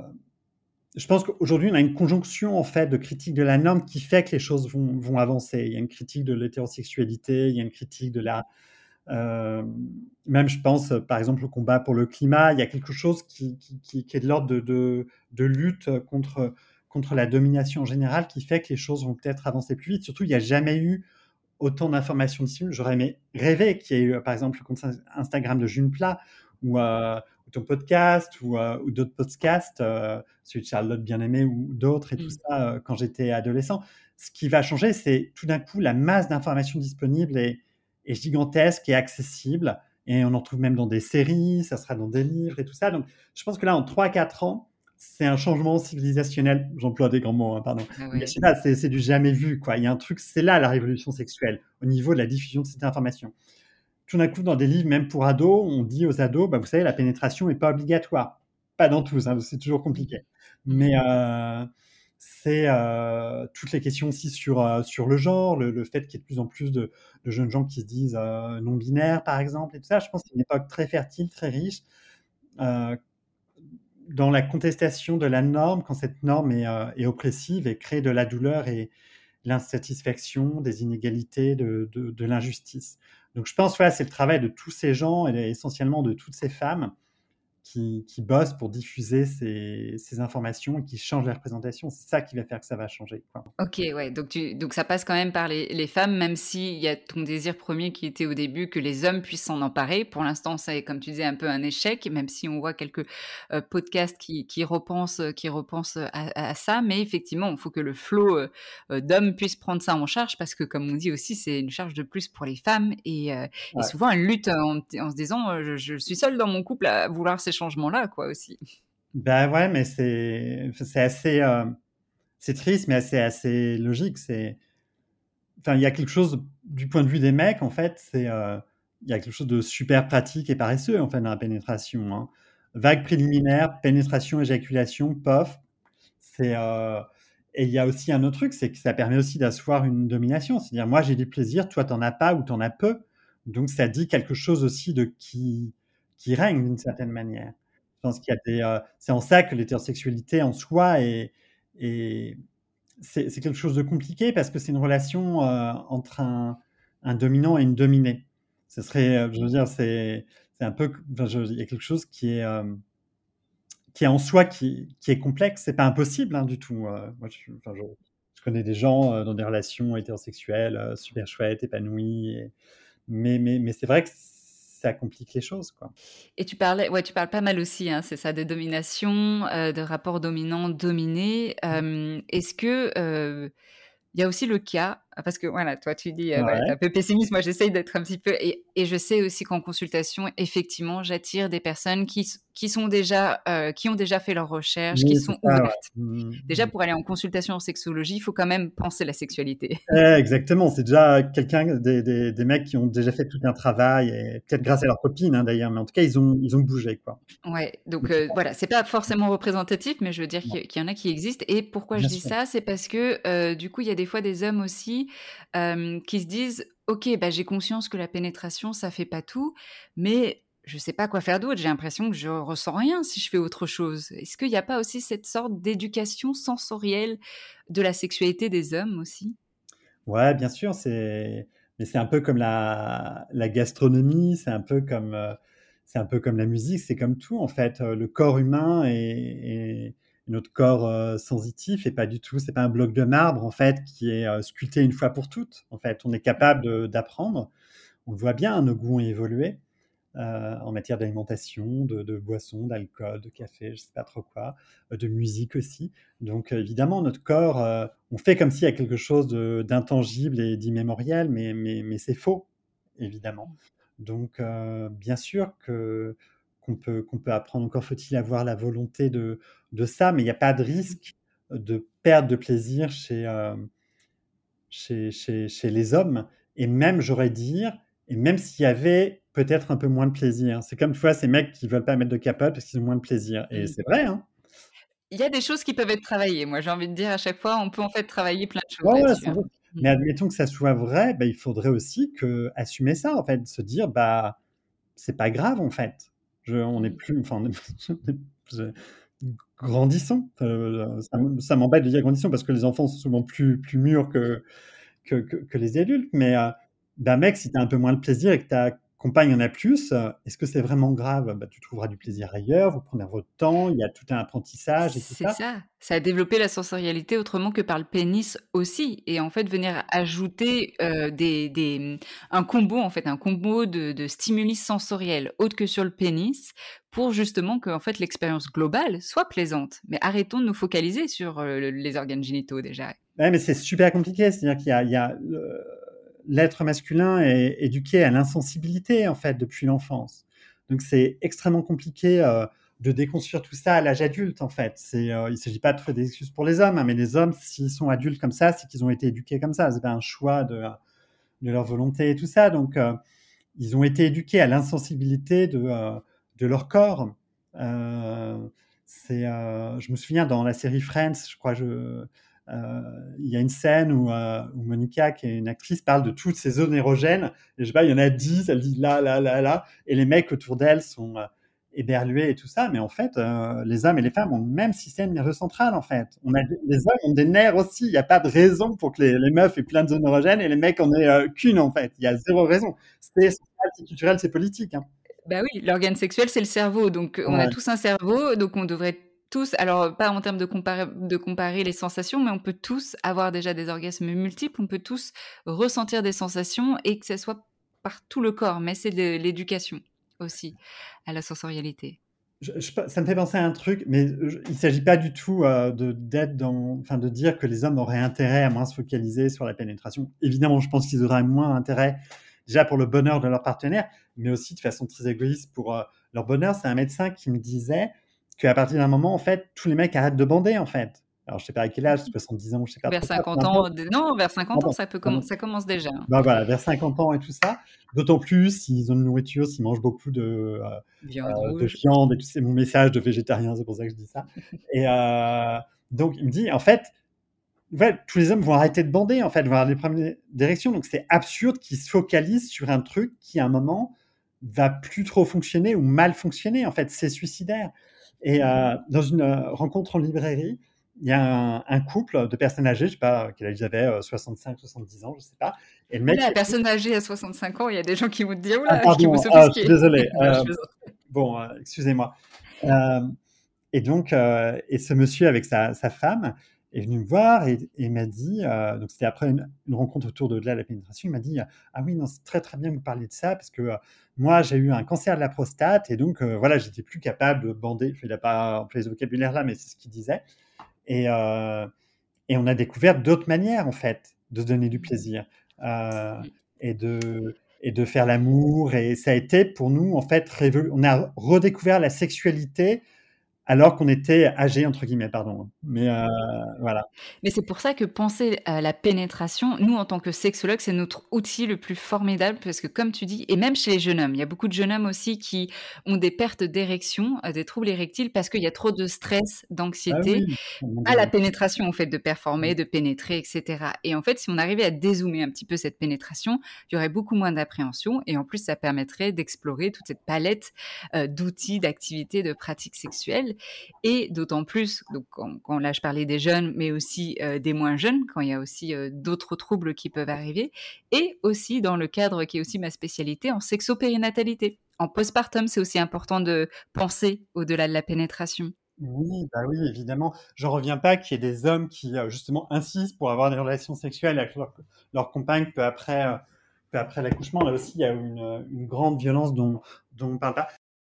je pense qu'aujourd'hui, on a une conjonction en fait de critique de la norme qui fait que les choses vont, vont avancer. Il y a une critique de l'hétérosexualité, il y a une critique de la. euh, même, je pense, par exemple, au combat pour le climat, il y a quelque chose qui, qui, qui- qui est de l'ordre de, de, de lutte contre, contre la domination générale qui fait que les choses vont peut-être avancer plus vite. Surtout, il n'y a jamais eu autant d'informations disponibles. J'aurais aimé rêver qu'il y ait eu, par exemple, le compte Instagram de June Plat ou, euh, ou ton podcast ou, euh, ou d'autres podcasts, euh, celui de Charlotte Bien-Aimée ou d'autres et tout Mmh. ça euh, quand j'étais adolescent. Ce qui va changer, c'est tout d'un coup la masse d'informations disponibles est, est gigantesque et accessible. Et on en trouve même dans des séries, ça sera dans des livres et tout ça. Donc, je pense que là, en trois quatre ans, c'est un changement civilisationnel. J'emploie des grands mots, hein, pardon. Ah Mais je ouais. sais pas, c'est c'est du jamais vu, quoi. Il y a un truc, c'est là la révolution sexuelle, au niveau de la diffusion de cette information. Tout d'un coup, dans des livres, même pour ados, on dit aux ados, bah, vous savez, la pénétration n'est pas obligatoire. Pas dans tous, hein, c'est toujours compliqué. Mmh. Mais euh, c'est euh, toutes les questions aussi sur, euh, sur le genre, le, le fait qu'il y ait de plus en plus de, de jeunes gens qui se disent euh, non-binaires, par exemple, et tout ça. Je pense que c'est une époque très fertile, très riche. Euh, dans la contestation de la norme, quand cette norme est, euh, est oppressive et crée de la douleur et l'insatisfaction, des inégalités, de, de, de l'injustice. Donc je pense que voilà, c'est le travail de tous ces gens et essentiellement de toutes ces femmes qui qui bossent pour diffuser ces ces informations et qui changent les représentations. C'est ça qui va faire que ça va changer, quoi. OK, ouais, donc tu donc ça passe quand même par les les femmes, même s'il y a ton désir premier qui était au début que les hommes puissent s'en emparer. Pour l'instant, ça est, comme tu disais, un peu un échec, même si on voit quelques, heu, podcasts qui qui repensent, heu, qui repensent, à à ça. Mais effectivement, il faut que le flot, heu heu, d'hommes puisse prendre ça en charge parce que comme on dit aussi, c'est une charge de plus pour les femmes et heu et Ouais. souvent elles luttent en en se disant, heu: «Je je suis seule dans mon couple à vouloir ces changements-là», quoi, aussi. Bah, ouais, mais c'est enfin, c'est assez, heu, c'est triste, mais c'est assez logique. C'est enfin, il y a quelque chose du point de vue des mecs, en fait, c'est, heu, il y a quelque chose de super pratique et paresseux, en fait, dans la pénétration, hein. Vague préliminaire, pénétration, éjaculation, pof, c'est, heu et il y a aussi un autre truc, c'est que ça permet aussi d'asseoir une domination. C'est-à-dire, moi, j'ai du plaisir, toi, tu en as pas ou tu en as peu. Donc ça dit quelque chose aussi de qui qui règne d'une certaine manière. Je pense qu'il y a des, heu c'est en ça que l'hétérosexualité en soi est est c'est c'est quelque chose de compliqué parce que c'est une relation, heu, entre un un dominant et une dominée. Ce serait, heu, je veux dire, c'est c'est un peu q enfin, je il y a quelque chose qui est, hem, qui est en soi qui qui est complexe. C'est pas impossible, hein, du tout, heu, moi je suis enfin, je je connais des gens, heu, dans des relations hétérosexuelles, heu, super chouettes, épanouies et mais mais mais c'est vrai que ça complique les choses, quoi. Et tu parlais ouais, tu parles pas mal aussi, hein, c'est ça, de domination, heu, de rapport dominant-dominé. Hem, est-ce que, heu, il y a aussi le cas parce que voilà, toi tu dis, heu, voilà, tu es Ouais. un peu pessimiste, moi j'essaye d'être un petit peu et et je sais aussi qu'en consultation, effectivement, j'attire des personnes qui s qui sont déjà, heu, qui ont déjà fait leurs recherches, qui Oui, c'est sont ça, ouais. ouvertes. Mmh Déjà mh. pour aller en consultation en sexologie, il faut quand même penser la sexualité. Ouais, exactement, c'est déjà quelqu'un des des des mecs qui ont déjà fait tout un travail et peut-être grâce à leurs copines, hein, d'ailleurs, mais en tout cas, ils ont ils ont bougé, quoi. Ouais, donc Donc je heu, pense voilà, c'est pas forcément représentatif, mais je veux dire non, qu'il qu'il y en a qui existent et pourquoi je bien dis sûr. ça? C'est parce que, heu, du coup, il y a des fois des hommes aussi, hem, qui se disent: «OK, bah, j'ai conscience que la pénétration, ça fait pas tout, mais je sais pas quoi faire d'autre. J'ai l'impression que je ressens rien si je fais autre chose». Est-ce qu'il y a pas aussi cette sorte d'éducation sensorielle de la sexualité des hommes aussi? Ouais, bien sûr, c'est mais c'est un peu comme la la gastronomie, c'est un peu comme, heu, c'est un peu comme la musique, c'est comme tout, en fait, heu, le corps humain est est notre corps, heu, sensitif est pas du tout c'est pas un bloc de marbre, en fait, qui est, heu, sculpté une fois pour toutes, en fait. On est capable de d'apprendre. On le voit bien, hein, nos goûts ont évolué. Heu, en matière d'alimentation, de de boissons, d'alcool, de café, je sais pas trop quoi, heu, de musique aussi. Donc, heu, évidemment, notre corps, heu, on fait comme s'il y a quelque chose de d'intangible et d'immémorial, mais mais mais c'est faux, évidemment. Donc, heu, bien sûr que qu'on peut qu'on peut apprendre. Encore faut-il avoir la volonté de de ça, mais il y a pas de risque de perte de plaisir chez, hem, chez chez chez les hommes et même, j'aurais dire et même s'il y avait peut-être un peu moins de plaisir. C'est comme, tu vois, ces mecs qui veulent pas mettre de capote parce qu'ils ont moins de plaisir et Mmh. c'est vrai, hein. Il y a des choses qui peuvent être travaillées. Moi, j'ai envie de dire à chaque fois, on peut en fait travailler plein de choses Ouais, ouais, là-dessus, sans hein. doute. Mmh. Mais admettons que ça soit vrai, bah, il faudrait aussi que assumer ça, en fait, se dire: «Bah, c'est pas grave, en fait. Je on n'est Mmh. plus enfin, on est je grandissons». Heu, ça m ça m'embête de dire grandissons parce que les enfants sont souvent plus plus mûrs que que que que les adultes, mais heu, bah, mec, si tu as un peu moins de plaisir et que ta compagne en a plus, heu, est-ce que c'est vraiment grave? Bah, tu trouveras du plaisir ailleurs, vous prendrez votre temps, il y a tout un apprentissage et tout C'est ça. ça, ça a développé la sensorialité autrement que par le pénis aussi et en fait venir ajouter, heu, des des, mmh, un combo en fait, un combo de de stimuli sensoriels autres que sur le pénis pour justement qu'en fait l'expérience globale soit plaisante. Mais arrêtons de nous focaliser sur, heu, le les organes génitaux déjà. Ouais, mais c'est super compliqué, c'est-à-dire qu'il y a il y a le l'être masculin est éduqué à l'insensibilité, en fait, depuis l'enfance. Donc c'est extrêmement compliqué, heu, de déconstruire tout ça à l'âge adulte, en fait. C'est, heu, il s'agit pas de trouver des excuses pour les hommes, hein, mais les hommes, s'ils sont adultes comme ça, c'est qu'ils ont été éduqués comme ça. C'est pas un choix de, heu, de leur volonté et tout ça. Donc, heu, ils ont été éduqués à l'insensibilité de, heu, de leur corps. Heu, c'est, heu, je me souviens dans la série Friends, je crois, je heu, il y a une scène où, heu, où Monica, qui est une actrice, parle de toutes ces zones érogènes et je sais pas, il y en a dix, elle dit là, là, là, là et les mecs autour d'elle sont, heu, éberlués et tout ça, mais en fait, heu, les hommes et les femmes ont le même système nerveux central, en fait. On a des les hommes ont des nerfs aussi, il y a pas de raison pour que les les meufs aient plein de zones érogènes et les mecs en aient, heu, qu'une, en fait. Il y a zéro raison. C'est social, c'est culturel, c'est politique, hein. Bah oui, l'organe sexuel, c'est le cerveau, donc on a Ouais. tous un cerveau, donc on devrait tous alors pas en termes de comparer de comparer les sensations, mais on peut tous avoir déjà des orgasmes multiples, on peut tous ressentir des sensations et que ça soit par tout le corps, mais c'est de l'éducation aussi à la sensorialité. Je je pe ça me fait penser à un truc, mais je il s'agit pas du tout, heu, de d'être dans enfin, de dire que les hommes auraient intérêt à moins se focaliser sur la pénétration. Évidemment, je pense qu'ils auraient moins intérêt, déjà pour le bonheur de leur partenaire, mais aussi de façon très égoïste pour, heu, leur bonheur. C'est un médecin qui me disait qu'à partir d'un moment, en fait, tous les mecs arrêtent de bander, en fait. Alors je sais pas à quel âge, soixante-dix ans, je sais pas Vers trop quoi, peu cinquante ans, importe. d non, vers cinquante ans, Pardon, ça peut commen pardon. ça commence déjà, hein. Bah, voilà, vers cinquante ans et tout ça. D'autant plus s'ils ont une nourriture, s'ils mangent beaucoup de, heu Viande heu, de rouge. viande et puis c'est mon message de végétarien, c'est pour ça que je dis ça et heu, donc il me dit: «En fait, ouais, tous les hommes vont arrêter de bander, en fait, vont avoir des problèmes d'érection, donc c'est absurde qu'ils se focalisent sur un truc qui, à un moment, va plus trop fonctionner ou mal fonctionner, en fait, c'est suicidaire» et heu, dans une, heu, rencontre en librairie, il y a un un couple de personnes âgées, je sais pas quel âge ils avaient, heu, soixante-cinq soixante-dix ans, je sais pas et le Ouh mec là, personne âgée à soixante-cinq ans, il y a des gens qui vont te dire: «Ouh Ah là, qui vont pardon, ah, je suis s'offusquer». désolé, Non, je heu, plaisante. bon, heu, excusez-moi. Hem et donc heu et ce monsieur avec sa sa femme est venu me voir et et m'a dit, heu donc c'était après une une rencontre autour de de la la pénétration, il m'a dit: «Ah oui, non, c'est très, très bien que vous parliez de ça parce que, heu, moi, j'ai eu un cancer de la prostate et donc heu, voilà, j'étais plus capable de bander». Enfin, il a pas employé ce vocabulaire-là, mais c'est ce qu'il disait et heu et on a découvert d'autres manières, en fait, de se donner du plaisir, heu Mmh. et de et de faire l'amour et ça a été pour nous, en fait, révol on a redécouvert la sexualité alors qu'on était «âgés» entre guillemets, pardon, hein, mais heu, voilà. Mais c'est pour ça que penser à la pénétration, nous, en tant que sexologues, c'est notre outil le plus formidable parce que comme tu dis et même chez les jeunes hommes, il y a beaucoup de jeunes hommes aussi qui ont des pertes d'érection, heu, des troubles érectiles parce qu'il y a trop de stress, Ah d'anxiété oui, oh mon à Dieu, la oui. pénétration, au fait de Mmh. performer, de pénétrer et cetera et en fait, si on arrivait à dézoomer un petit peu cette pénétration, il y aurait beaucoup moins d'appréhension et en plus, ça permettrait d'explorer toute cette palette, heu, d'outils, d'activités, de pratiques sexuelles et d'autant plus, donc quand quand là, je parlais des jeunes, mais aussi, heu, des moins jeunes, quand il y a aussi, heu, d'autres troubles qui peuvent arriver et aussi dans le cadre qui est aussi ma spécialité, en sexopérinatalité. En postpartum, c'est aussi important de penser au-delà de la pénétration. Oui, bah oui, évidemment. J'en reviens pas qu'il y ait des hommes qui, heu, justement insistent pour avoir des relations sexuelles avec leur leur compagne peu après, heu, peu après l'accouchement. Là aussi, il y a une, heu, une grande violence dont dont on parle pas.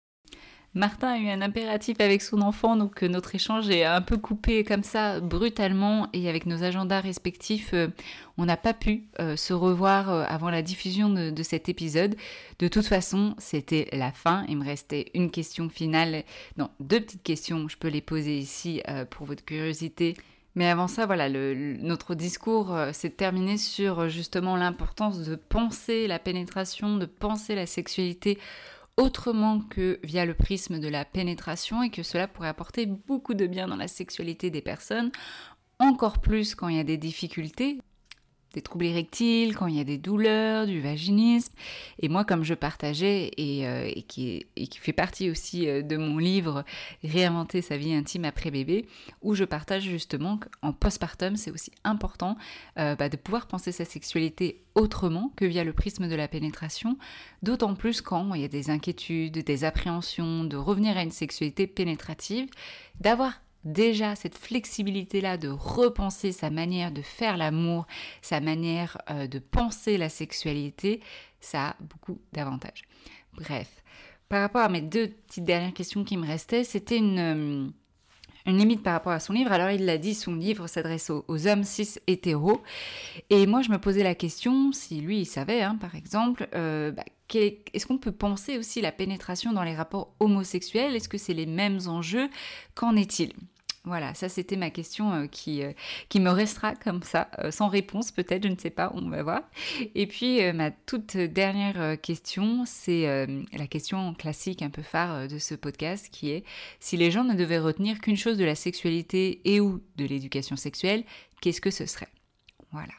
Martin a eu un impératif avec son enfant, donc heu, notre échange est un peu coupé comme ça, brutalement et avec nos agendas respectifs, heu, on n'a pas pu, heu, se revoir, heu, avant la diffusion de de cet épisode. De toute façon, c'était la fin. Il me restait une question finale non, deux petites questions, je peux les poser ici, heu, pour votre curiosité. Mais avant ça, voilà, le l notre discours, heu, s'est terminé sur, heu, justement l'importance de penser la pénétration, de penser la sexualité autrement que via le prisme de la pénétration et que cela pourrait apporter beaucoup de bien dans la sexualité des personnes, encore plus quand il y a des difficultés, des troubles érectiles, quand il y a des douleurs, du vaginisme. Et moi, comme je partageais et, euh, et, qui, est- et qui fait partie aussi euh, de mon livre Réinventer sa vie intime après bébé, où je partage justement qu'en postpartum, c'est aussi important euh, bah, de pouvoir penser sa sexualité autrement que via le prisme de la pénétration, d'autant plus quand il y a des inquiétudes, des appréhensions, de revenir à une sexualité pénétrative, d'avoir déjà cette flexibilité-là de repenser sa manière de faire l'amour, sa manière euh, de penser la sexualité, ça a beaucoup d'avantages. Bref, par rapport à mes deux petites dernières questions qui me restaient, c'était une, euh, une limite par rapport à son livre. Alors il l'a dit, son livre s'adresse aux, aux hommes cis hétéros. Et moi je me posais la question, si lui il savait hein, par exemple, euh, bah, qu'est- est-ce qu'on peut penser aussi la pénétration dans les rapports homosexuels? Est-ce que c'est les mêmes enjeux? Qu'en est-il? Voilà, ça c'était ma question euh, qui, euh, qui me restera comme ça, euh, sans réponse peut-être, je ne sais pas, on va voir. Et puis euh, ma toute dernière euh, question, c'est euh, la question classique un peu phare euh, de ce podcast qui est si les gens ne devaient retenir qu'une chose de la sexualité et ou de l'éducation sexuelle, qu'est-ce que ce serait? Voilà.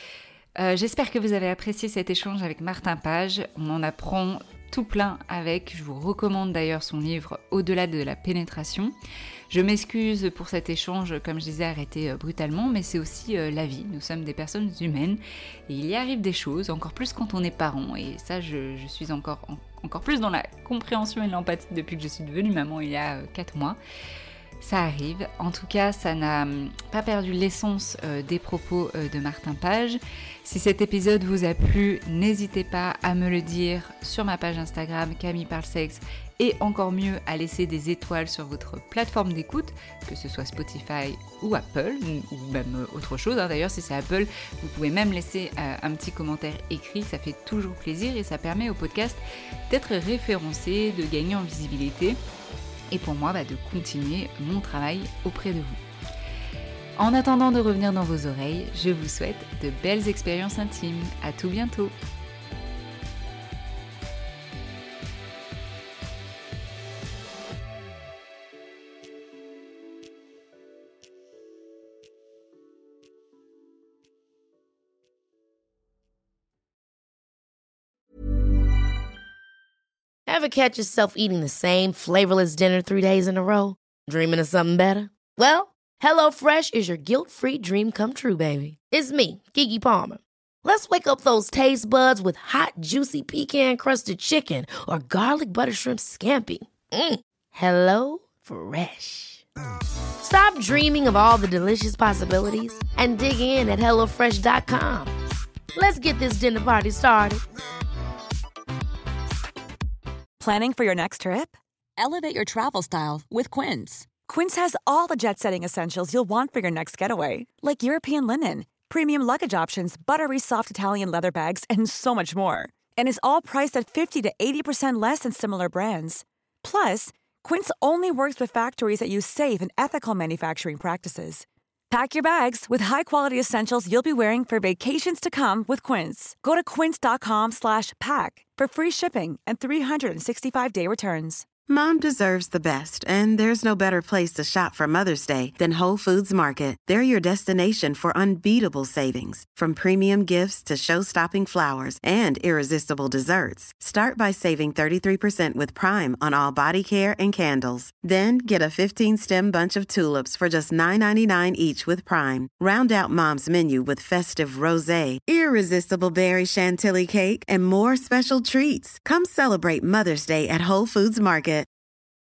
Euh, j'espère que vous avez apprécié cet échange avec Martin Page. On en apprend tout plein avec. Je vous recommande d'ailleurs son livre Au-delà de la pénétration. Je m'excuse pour cet échange, comme je disais, arrêté euh, brutalement, mais c'est aussi euh, la vie. Nous sommes des personnes humaines et il y arrive des choses, encore plus quand on est parent. Et ça, je, je suis encore en, encore plus dans la compréhension et l'empathie depuis que je suis devenue maman il y a quatre mois. Ça arrive. En tout cas, ça n'a pas perdu l'essence euh, des propos euh, de Martin Page. Si cet épisode vous a plu, n'hésitez pas à me le dire sur ma page Instagram Camille Parle Sexe et encore mieux à laisser des étoiles sur votre plateforme d'écoute, que ce soit Spotify ou Apple ou, ou même autre chose. Hein. D'ailleurs, si c'est Apple, vous pouvez même laisser euh, un petit commentaire écrit, ça fait toujours plaisir et ça permet au podcast d'être référencé, de gagner en visibilité. Et pour moi, bah, de continuer mon travail auprès de vous. En attendant de revenir dans vos oreilles, je vous souhaite de belles expériences intimes. À tout bientôt. Ever catch yourself eating the same flavorless dinner three days in a row? Dreaming of something better? Well, HelloFresh is your guilt-free dream come true, baby. It's me, Keke Palmer. Let's wake up those taste buds with hot, juicy pecan-crusted chicken or garlic butter shrimp scampi. Mm. Hello Fresh. Stop dreaming of all the delicious possibilities and dig in at hello fresh dot com. Let's get this dinner party started. Planning for your next trip? Elevate your travel style with Quince. Quince has all the jet-setting essentials you'll want for your next getaway, like European linen, premium luggage options, buttery soft Italian leather bags, and so much more. And is all priced at fifty to eighty percent less than similar brands. Plus, Quince only works with factories that use safe and ethical manufacturing practices. Pack your bags with high-quality essentials you'll be wearing for vacations to come with Quince. Go to quince.com slash pack for free shipping and three sixty-five day returns. Mom deserves the best, and there's no better place to shop for Mother's Day than Whole Foods Market. They're your destination for unbeatable savings, from premium gifts to show-stopping flowers and irresistible desserts. Start by saving thirty-three percent with Prime on all body care and candles. Then get a fifteen-stem bunch of tulips for just nine ninety-nine each with Prime. Round out Mom's menu with festive rosé, irresistible berry chantilly cake, and more special treats. Come celebrate Mother's Day at Whole Foods Market.